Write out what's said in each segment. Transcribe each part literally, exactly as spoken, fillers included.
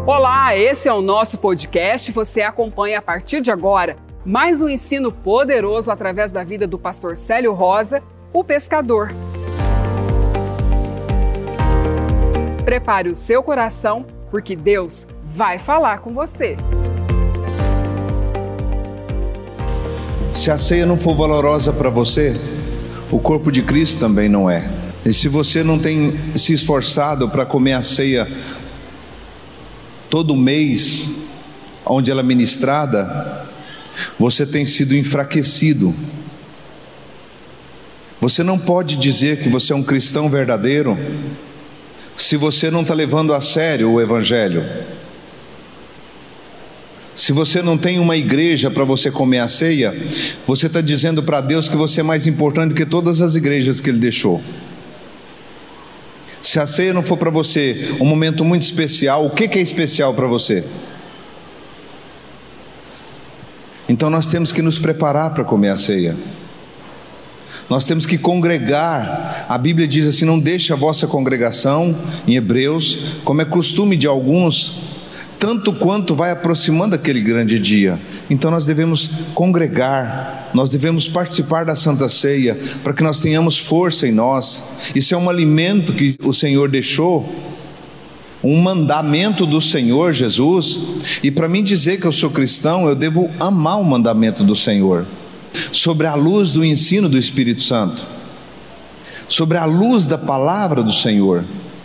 Olá, esse é o nosso podcast. Você acompanha a partir de agora mais um ensino poderoso através da vida do pastor Célio Rosa, o pescador. Prepare o seu coração, porque Deus vai falar com você. Se a ceia não for valorosa para você, o corpo de Cristo também não é. E se você não tem se esforçado para comer a ceia todo mês, onde ela é ministrada, você tem sido enfraquecido. Você não pode dizer que você é um cristão verdadeiro se você não está levando a sério o Evangelho. Se você não tem uma igreja para você comer a ceia, você está dizendo para Deus que você é mais importante do que todas as igrejas que Ele deixou. Se a ceia não for para você um momento muito especial, o que que é especial para você? Então nós temos que nos preparar para comer a ceia. Nós temos que congregar. A Bíblia diz assim: não deixe a vossa congregação, em Hebreus, como é costume de alguns, tanto quanto vai aproximando aquele grande dia. Então nós devemos congregar, nós devemos participar da Santa Ceia, para que nós tenhamos força em nós. Isso é um alimento que o Senhor deixou, um mandamento do Senhor Jesus. E para mim dizer que eu sou cristão, eu devo amar o mandamento do Senhor, sobre a luz do ensino do Espírito Santo, sobre a luz da palavra do Senhor.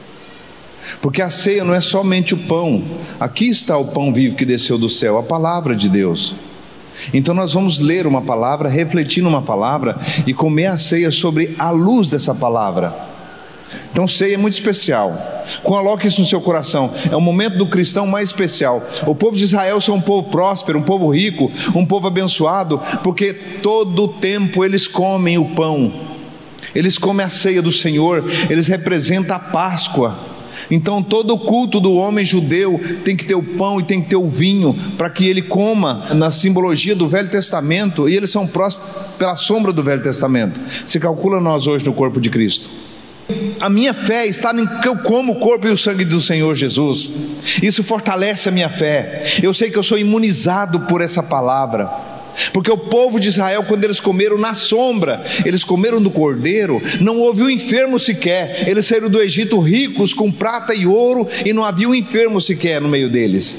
Porque a ceia não é somente o pão. Aqui está o pão vivo que desceu do céu, a palavra de Deus. Então nós vamos ler uma palavra, refletir numa palavra e comer a ceia sobre a luz dessa palavra. Então ceia é muito especial. Coloque isso no seu coração. É o momento do cristão mais especial. O povo de Israel são um povo próspero, um povo rico, um povo abençoado, porque todo o tempo eles comem o pão, eles comem a ceia do Senhor. Eles representam a Páscoa. Então todo o culto do homem judeu tem que ter o pão e tem que ter o vinho, para que ele coma na simbologia do Velho Testamento. E eles são próximos pela sombra do Velho Testamento. Se calcula nós hoje no corpo de Cristo. A minha fé está em que eu como o corpo e o sangue do Senhor Jesus. Isso fortalece a minha fé. Eu sei que eu sou imunizado por essa palavra, porque o povo de Israel, quando eles comeram na sombra, eles comeram do cordeiro, não houve um enfermo sequer. Eles saíram do Egito ricos com prata e ouro, e não havia um enfermo sequer no meio deles.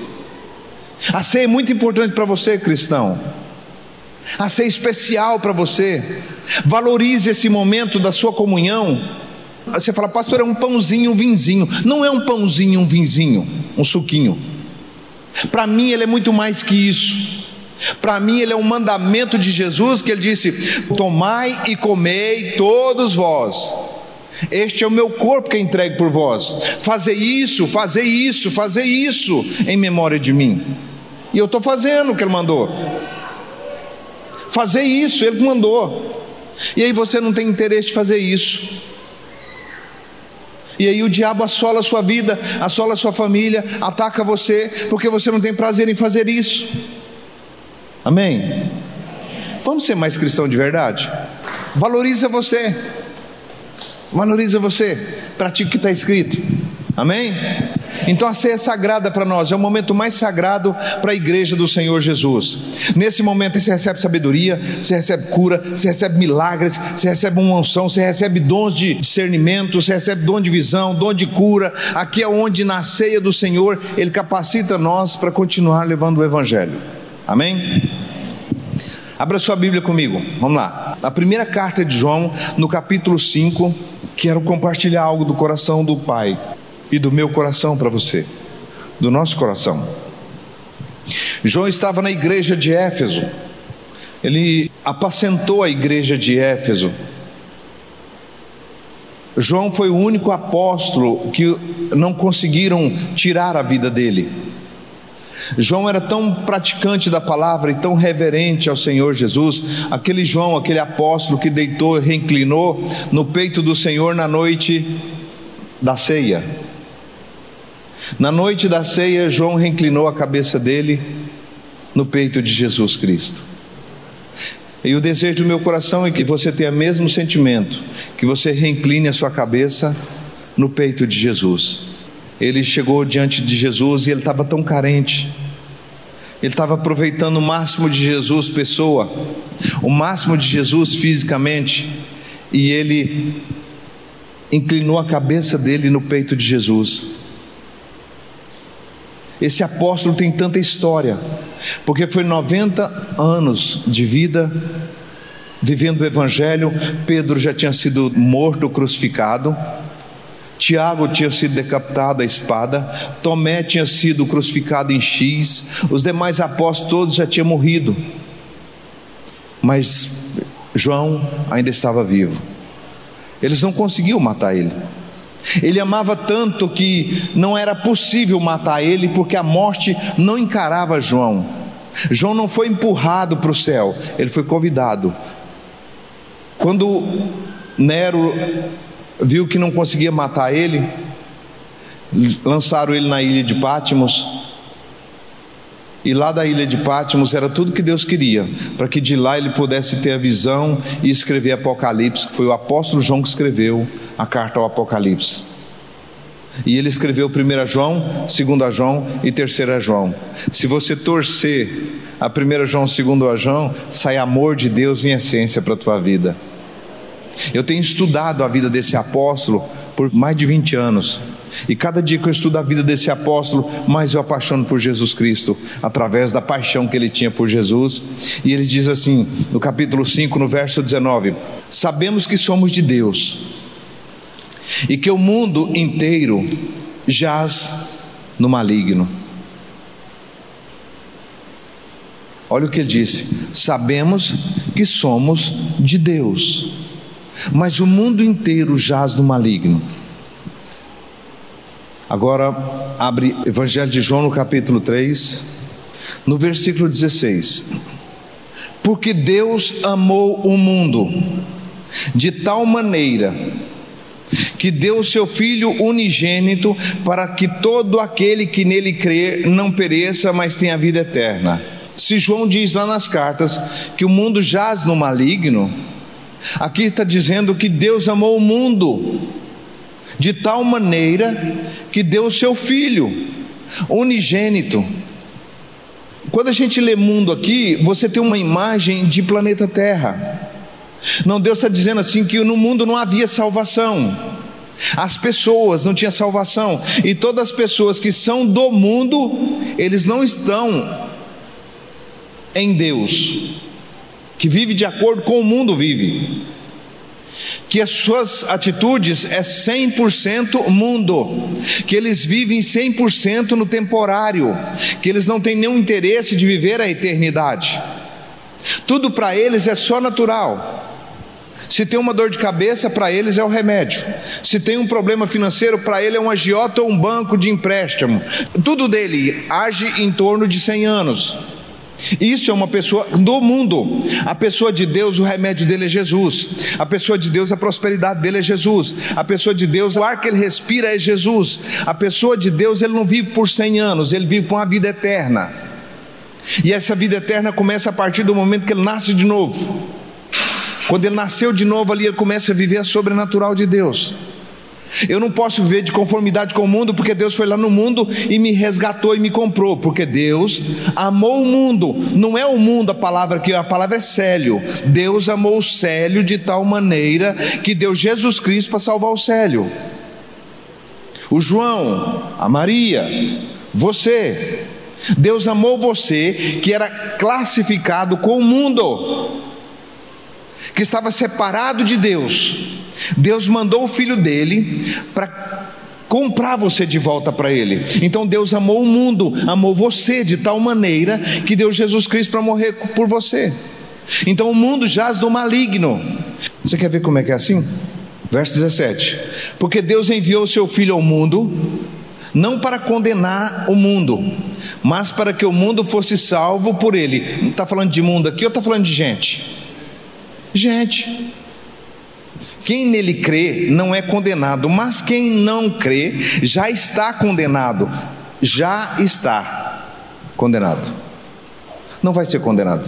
A ceia é muito importante para você, cristão. A ceia é especial para você. Valorize esse momento da sua comunhão. Você fala: pastor, é um pãozinho, um vinzinho. Não é um pãozinho, um vinzinho, um suquinho. Para mim ele é muito mais que isso. Para mim ele é um mandamento de Jesus, que ele disse: tomai e comei todos vós, este é o meu corpo que é entregue por vós. Fazer isso, fazer isso, fazer isso em memória de mim. E eu estou fazendo o que ele mandou. Fazer isso, ele mandou. E aí você não tem interesse de fazer isso. E aí o diabo assola a sua vida, assola a sua família, ataca você, porque você não tem prazer em fazer isso. Amém? Vamos ser mais cristão de verdade? Valoriza você. Valoriza você. Pratique o que está escrito. Amém? Então a ceia é sagrada para nós. É o momento mais sagrado para a igreja do Senhor Jesus. Nesse momento você recebe sabedoria, você recebe cura, você recebe milagres, você recebe uma unção, você recebe dons de discernimento, você recebe dom de visão, dom de cura. Aqui é onde, na ceia do Senhor, Ele capacita nós para continuar levando o Evangelho. Amém? Abra sua Bíblia comigo, vamos lá. A primeira carta de João, no capítulo cinco. Quero compartilhar algo do coração do Pai e do meu coração para você, do nosso coração. João estava na igreja de Éfeso. Ele apacentou a igreja de Éfeso. João foi o único apóstolo que não conseguiram tirar a vida dele. João era tão praticante da palavra e tão reverente ao Senhor Jesus. Aquele João, aquele apóstolo que deitou e reinclinou no peito do Senhor na noite da ceia. Na noite da ceia, João reinclinou a cabeça dele no peito de Jesus Cristo. E o desejo do meu coração é que você tenha o mesmo sentimento, que você reincline a sua cabeça no peito de Jesus. ele chegou diante de Jesus e ele estava tão carente. Ele estava aproveitando o máximo de Jesus pessoa, o máximo de Jesus fisicamente, e ele inclinou a cabeça dele no peito de Jesus. Esse apóstolo tem tanta história, porque foi noventa anos de vida vivendo o evangelho. Pedro já tinha sido morto, crucificado. Tiago tinha sido decapitado à espada. Tomé tinha sido crucificado em X. Os demais apóstolos todos já tinham morrido, mas João ainda estava vivo. Eles não conseguiam matar ele. Ele amava tanto que não era possível matar ele, porque a morte não encarava João. João não foi empurrado para o céu, ele foi convidado. Quando Nero viu que não conseguia matar ele, lançaram ele na ilha de Patmos. E lá da ilha de Patmos era tudo que Deus queria, para que de lá ele pudesse ter a visão e escrever Apocalipse, que foi o apóstolo João que escreveu a carta ao Apocalipse. E ele escreveu primeira João, segunda João e terceira João. Se você torcer a primeira João, segunda João, sai amor de Deus em essência para a tua vida. Eu tenho estudado a vida desse apóstolo por mais de vinte anos. E cada dia que eu estudo a vida desse apóstolo, mais eu apaixono por Jesus Cristo, através da paixão que ele tinha por Jesus. E ele diz assim, no capítulo cinco, no verso dezenove: sabemos que somos de Deus, e que o mundo inteiro jaz no maligno. Olha o que ele disse: sabemos que somos de Deus, mas o mundo inteiro jaz no maligno. Agora abre Evangelho de João no capítulo três, no versículo dezesseis. Porque Deus amou o mundo de tal maneira que deu o seu Filho unigênito, para que todo aquele que nele crer não pereça, mas tenha vida eterna. Se João diz lá nas cartas que o mundo jaz no maligno, aqui está dizendo que Deus amou o mundo de tal maneira que deu o seu Filho unigênito. Quando a gente lê mundo aqui, você tem uma imagem de planeta Terra. Não, Deus está dizendo assim que no mundo não havia salvação, as pessoas não tinham salvação, e todas as pessoas que são do mundo, eles não estão em Deus, que vive de acordo com o mundo vive, que as suas atitudes é cem por cento mundo, que eles vivem cem por cento no temporário, que eles não têm nenhum interesse de viver a eternidade. Tudo para eles é só natural. Se tem uma dor de cabeça, para eles é o remédio. Se tem um problema financeiro, para ele é um agiota ou um banco de empréstimo. Tudo dele age em torno de cem anos. Isso é uma pessoa do mundo. A pessoa de Deus, o remédio dele é Jesus. A pessoa de Deus, a prosperidade dele é Jesus. A pessoa de Deus, o ar que ele respira é Jesus. A pessoa de Deus, ele não vive por cem anos, ele vive por uma vida eterna. E essa vida eterna começa a partir do momento que ele nasce de novo. Quando ele nasceu de novo ali, ele começa a viver a sobrenatural de Deus. Eu não posso viver de conformidade com o mundo, porque Deus foi lá no mundo e me resgatou e me comprou, porque Deus amou o mundo. Não é o mundo a palavra aqui, a palavra é célio. Deus amou o célio de tal maneira que deu Jesus Cristo para salvar o célio. O João, a Maria, você. Deus amou você, que era classificado com o mundo, que estava separado de Deus. Deus mandou o Filho dele para comprar você de volta para Ele. Então Deus amou o mundo, amou você de tal maneira que deu Jesus Cristo para morrer por você. Então o mundo jaz do maligno. Você quer ver como é que é assim? Verso dezessete. Porque Deus enviou o seu Filho ao mundo, não para condenar o mundo, mas para que o mundo fosse salvo por Ele. Não está falando de mundo aqui ou está falando de gente? Gente. Quem nele crê não é condenado, mas quem não crê já está condenado. Já está condenado. Não vai ser condenado.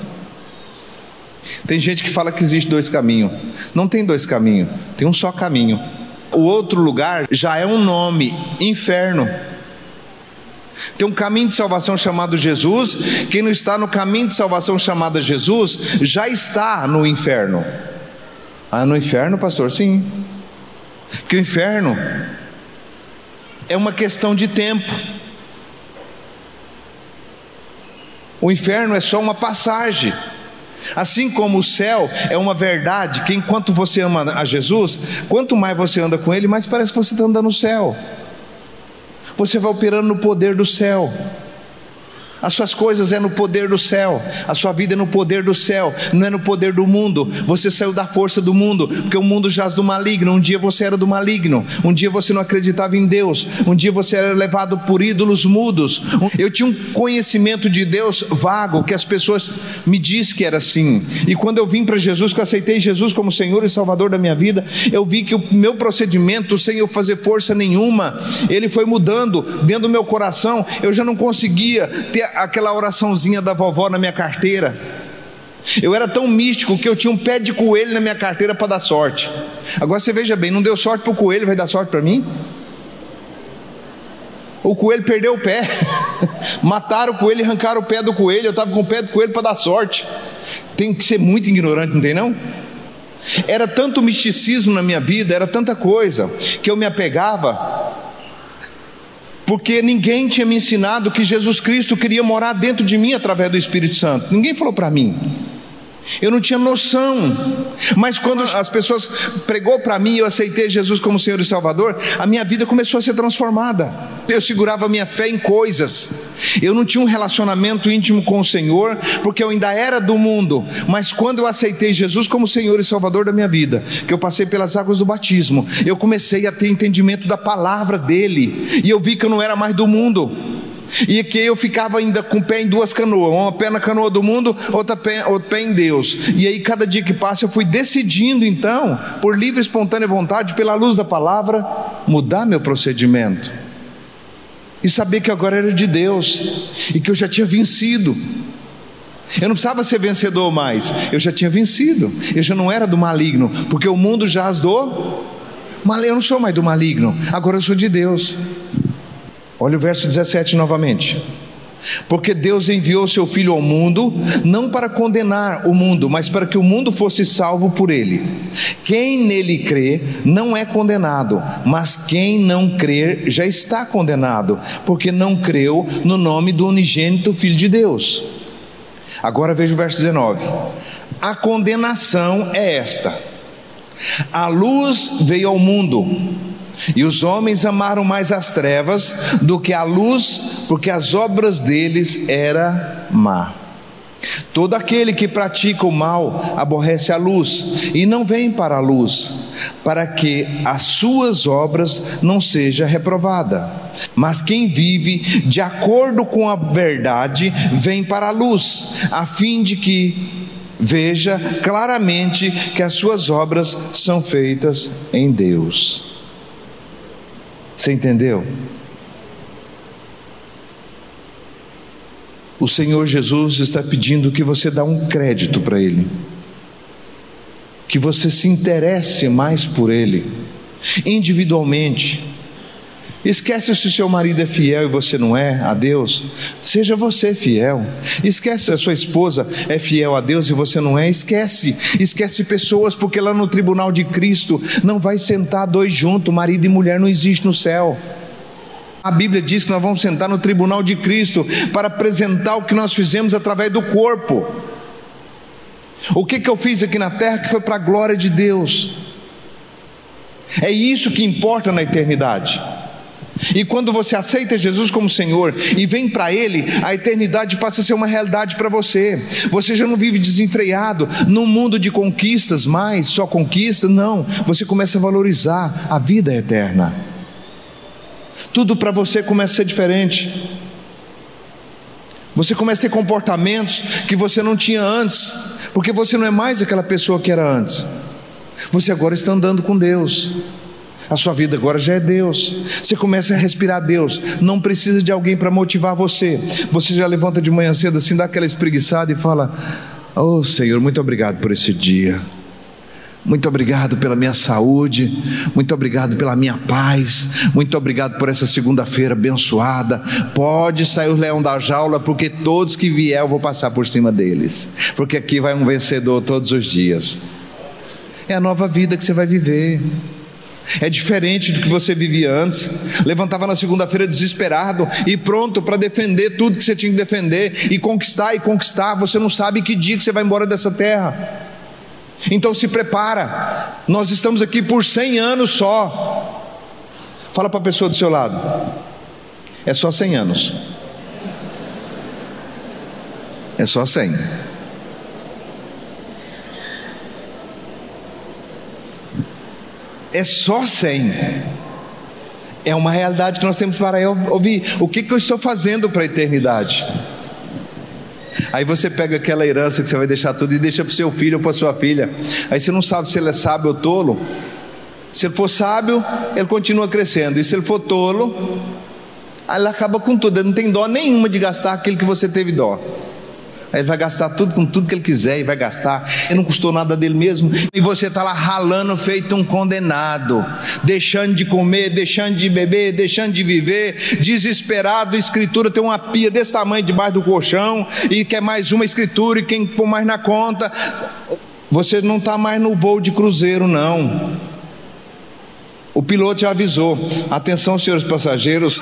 Tem gente que fala que existe dois caminhos. Não tem dois caminhos, tem um só caminho. O outro lugar já é um nome: inferno. Tem um caminho de salvação chamado Jesus. Quem não está no caminho de salvação chamado Jesus já está no inferno. Ah, no inferno, pastor? Sim. Porque o inferno é uma questão de tempo. O inferno é só uma passagem. Assim como o céu é uma verdade, que enquanto você ama a Jesus, quanto mais você anda com Ele, mais parece que você está andando no céu. Você vai operando no poder do céu. As suas coisas é no poder do céu, a sua vida é no poder do céu, não é no poder do mundo. Você saiu da força do mundo, porque o mundo jaz do maligno. Um dia você era do maligno, um dia você não acreditava em Deus, um dia você era levado por ídolos mudos. Eu tinha um conhecimento de Deus vago, que as pessoas me dizem que era assim. E quando eu vim para Jesus, que eu aceitei Jesus como Senhor e Salvador da minha vida, eu vi que o meu procedimento, sem eu fazer força nenhuma, ele foi mudando dentro do meu coração. Eu já não conseguia ter aquela oraçãozinha da vovó na minha carteira. Eu era tão místico que eu tinha um pé de coelho na minha carteira para dar sorte. Agora você veja bem, não deu sorte para o coelho, vai dar sorte para mim? O coelho perdeu o pé. Mataram o coelho e arrancaram o pé do coelho. Eu estava com o pé do coelho para dar sorte. Tem que ser muito ignorante, não tem não? Era tanto misticismo na minha vida, era tanta coisa, que eu me apegava, porque ninguém tinha me ensinado que Jesus Cristo queria morar dentro de mim através do Espírito Santo. Ninguém falou para mim. Eu não tinha noção. Mas quando as pessoas pregou para mim, eu aceitei Jesus como Senhor e Salvador, a minha vida começou a ser transformada. Eu segurava a minha fé em coisas. Eu não tinha um relacionamento íntimo com o Senhor, porque eu ainda era do mundo. Mas quando eu aceitei Jesus como Senhor e Salvador da minha vida, que eu passei pelas águas do batismo, eu comecei a ter entendimento da palavra dele, e eu vi que eu não era mais do mundo, e que eu ficava ainda com o pé em duas canoas, uma pé na canoa do mundo, outra pé, outro pé em Deus. E aí cada dia que passa eu fui decidindo então, por livre e espontânea vontade, pela luz da palavra, mudar meu procedimento, e saber que agora era de Deus, e que eu já tinha vencido. Eu não precisava ser vencedor mais, eu já tinha vencido. Eu já não era do maligno, porque o mundo jaz do maligno. Eu não sou mais do maligno, agora eu sou de Deus. Olha o verso dezessete novamente. Porque Deus enviou seu Filho ao mundo, não para condenar o mundo, mas para que o mundo fosse salvo por ele. Quem nele crê não é condenado, mas quem não crer já está condenado, porque não creu no nome do unigênito Filho de Deus. Agora veja o verso dezenove. A condenação é esta: a luz veio ao mundo, e os homens amaram mais as trevas do que a luz, porque as obras deles eram má. Todo aquele que pratica o mal aborrece a luz e não vem para a luz, para que as suas obras não sejam reprovadas. Mas quem vive de acordo com a verdade vem para a luz, a fim de que veja claramente que as suas obras são feitas em Deus. Você entendeu? O Senhor Jesus está pedindo que você dê um crédito para Ele, que você se interesse mais por Ele, individualmente. Esquece se o seu marido é fiel e você não é a Deus, seja você fiel. Esquece se a sua esposa é fiel a Deus e você não é, esquece. Esquece pessoas, porque lá no tribunal de Cristo não vai sentar dois juntos, marido e mulher não existe no céu. A Bíblia diz que nós vamos sentar no tribunal de Cristo para apresentar o que nós fizemos através do corpo. O que que eu fiz aqui na terra que foi para a glória de Deus. É isso que importa na eternidade. E quando você aceita Jesus como Senhor e vem para Ele, a eternidade passa a ser uma realidade para você. Você já não vive desenfreado num mundo de conquistas mais, só conquista, não. Você começa a valorizar a vida eterna. Tudo para você começa a ser diferente. Você começa a ter comportamentos que você não tinha antes, porque você não é mais aquela pessoa que era antes. Você agora está andando com Deus. A sua vida agora já é Deus. Você começa a respirar Deus. Não precisa de alguém para motivar você. Você já levanta de manhã cedo assim, dá aquela espreguiçada e fala: oh Senhor, muito obrigado por esse dia. Muito obrigado pela minha saúde, muito obrigado pela minha paz, muito obrigado por essa segunda-feira abençoada. Pode sair o leão da jaula, porque todos que vier eu vou passar por cima deles, porque aqui vai um vencedor todos os dias. É a nova vida que você vai viver. É diferente do que você vivia antes. Levantava na segunda-feira desesperado e pronto para defender tudo que você tinha que defender e conquistar e conquistar. Você não sabe que dia que você vai embora dessa terra. Então se prepara. Nós estamos aqui por cem anos só. Fala para a pessoa do seu lado: é só cem anos. É só cem. É só cem. É uma realidade que nós temos para ouvir. O que, que eu estou fazendo para a eternidade? Aí você pega aquela herança que você vai deixar tudo e deixa para o seu filho ou para a sua filha. Aí você não sabe se ele é sábio ou tolo. Se ele for sábio, ele continua crescendo. E se ele for tolo, aí ele acaba com tudo. Ele não tem dó nenhuma de gastar aquilo que você teve dó. Aí ele vai gastar tudo com tudo que ele quiser e vai gastar. E não custou nada dele mesmo. E você está lá ralando feito um condenado, deixando de comer, deixando de beber, deixando de viver, desesperado. A escritura tem uma pia desse tamanho debaixo do colchão e quer mais uma escritura e quem pôr mais na conta. Você não está mais no voo de cruzeiro, não. O piloto já avisou: atenção, senhores passageiros.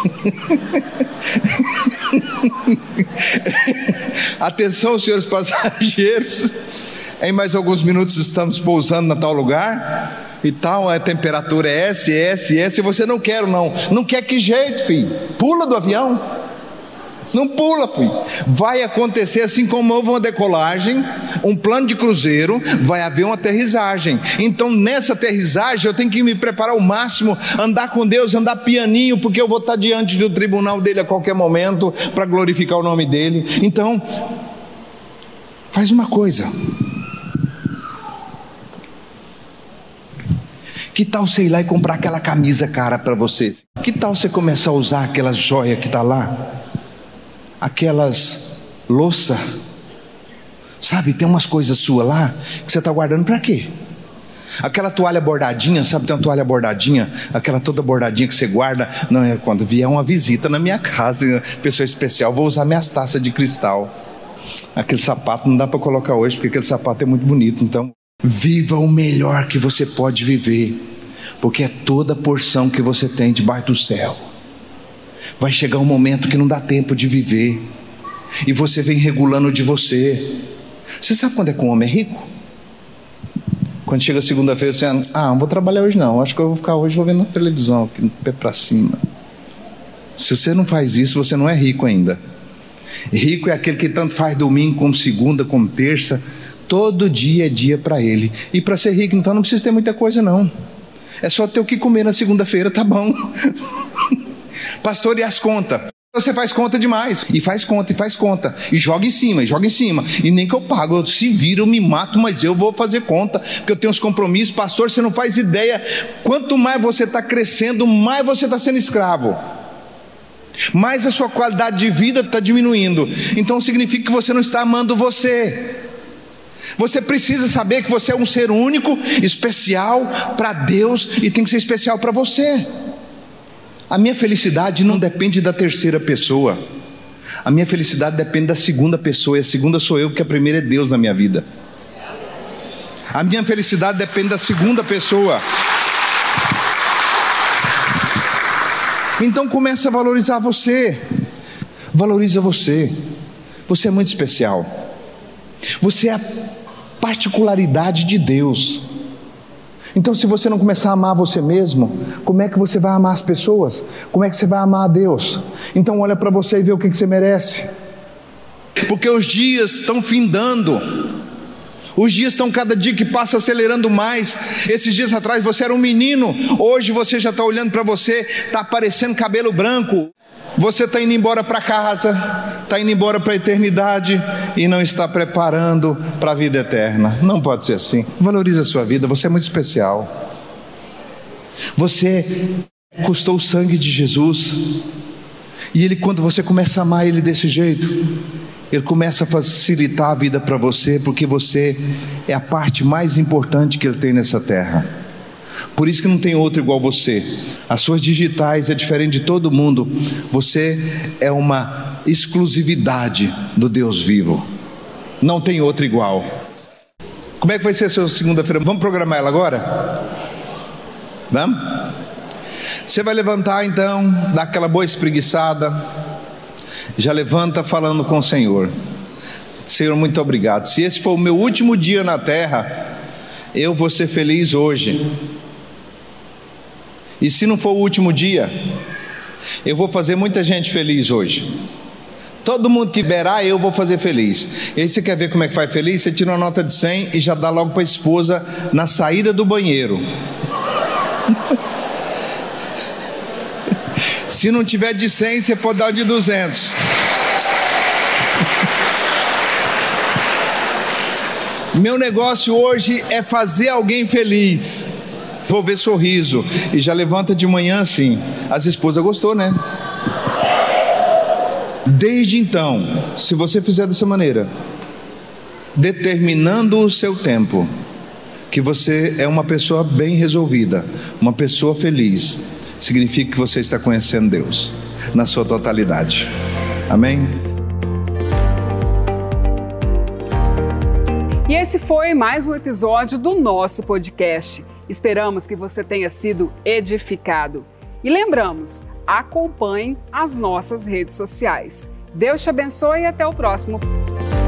Atenção, senhores passageiros, em mais alguns minutos estamos pousando na tal lugar e tal, a temperatura é essa, essa, essa, e você não quer não, não quer que jeito, filho? Pula do avião. Não pula, filho. Vai acontecer assim como houve uma decolagem, um plano de cruzeiro, vai haver uma aterrissagem. Então nessa aterrissagem eu tenho que me preparar ao máximo, andar com Deus, andar pianinho, porque eu vou estar diante do tribunal dele a qualquer momento para glorificar o nome dele. Então faz uma coisa. Que tal você ir lá e comprar aquela camisa cara para você? Que tal você começar a usar aquelas joias que está lá? Aquelas louça, sabe, tem umas coisas suas lá que você está guardando para quê? Aquela toalha bordadinha, sabe, tem uma toalha bordadinha, aquela toda bordadinha que você guarda. Não, é quando vier uma visita na minha casa, pessoa especial, vou usar minhas taças de cristal. Aquele sapato não dá para colocar hoje, porque aquele sapato é muito bonito. Então viva o melhor que você pode viver, porque é toda a porção que você tem debaixo do céu. Vai chegar um momento que não dá tempo de viver, e você vem regulando de você. Você sabe quando é que um homem é rico? Quando chega segunda-feira, você ah, não vou trabalhar hoje não, acho que eu vou ficar hoje vou vendo na televisão, aqui no pé para cima. Se você não faz isso, você não é rico ainda. Rico é aquele que tanto faz domingo como segunda, como terça, todo dia é dia para ele. E para ser rico então não precisa ter muita coisa não, é só ter o que comer na segunda-feira, tá bom. Pastor, e as contas? Você faz conta demais, e faz conta, e faz conta, e joga em cima, e joga em cima, e nem que eu pago, eu se viro, eu me mato, mas eu vou fazer conta, porque eu tenho os compromissos. Pastor, você não faz ideia, quanto mais você está crescendo, mais você está sendo escravo, mais a sua qualidade de vida está diminuindo. Então significa que você não está amando você. Você precisa saber que você é um ser único, especial para Deus, e tem que ser especial para você. A minha felicidade não depende da terceira pessoa. A minha felicidade depende da segunda pessoa. E a segunda sou eu, porque a primeira é Deus na minha vida. A minha felicidade depende da segunda pessoa. Então começa a valorizar você. Valoriza você. Você é muito especial. Você é a particularidade de Deus. Então se você não começar a amar você mesmo, como é que você vai amar as pessoas? Como é que você vai amar a Deus? Então olha para você e vê o que você merece. Porque os dias estão findando. Os dias estão cada dia que passa acelerando mais. Esses dias atrás você era um menino, hoje você já está olhando para você, está aparecendo cabelo branco. Você está indo embora para casa, está indo embora para a eternidade e não está preparando para a vida eterna. Não pode ser assim. Valorize a sua vida, você é muito especial. Você custou o sangue de Jesus. E Ele, quando você começa a amar Ele desse jeito, Ele começa a facilitar a vida para você, porque você é a parte mais importante que Ele tem nessa terra. Por isso que não tem outro igual você. As suas digitais é diferente de todo mundo. Você é uma exclusividade do Deus vivo. Não tem outro igual. Como é que vai ser a sua segunda-feira? Vamos programar ela agora? Vamos? Você vai levantar então, dar aquela boa espreguiçada. Já levanta falando com o Senhor. Senhor, muito obrigado. Se esse for o meu último dia na terra, eu vou ser feliz hoje. E se não for o último dia, eu vou fazer muita gente feliz hoje. Todo mundo que liberar, eu vou fazer feliz. E aí você quer ver como é que faz feliz? Você tira uma nota de cem e já dá logo para a esposa na saída do banheiro. Se não tiver de cem, você pode dar de duzentos. Meu negócio hoje é fazer alguém feliz. Vou ver sorriso. E já levanta de manhã assim. As esposas gostou, né? Desde então, se você fizer dessa maneira, determinando o seu tempo, que você é uma pessoa bem resolvida, uma pessoa feliz, significa que você está conhecendo Deus na sua totalidade. Amém? E esse foi mais um episódio do nosso podcast. Esperamos que você tenha sido edificado. E lembramos, acompanhe as nossas redes sociais. Deus te abençoe e até o próximo.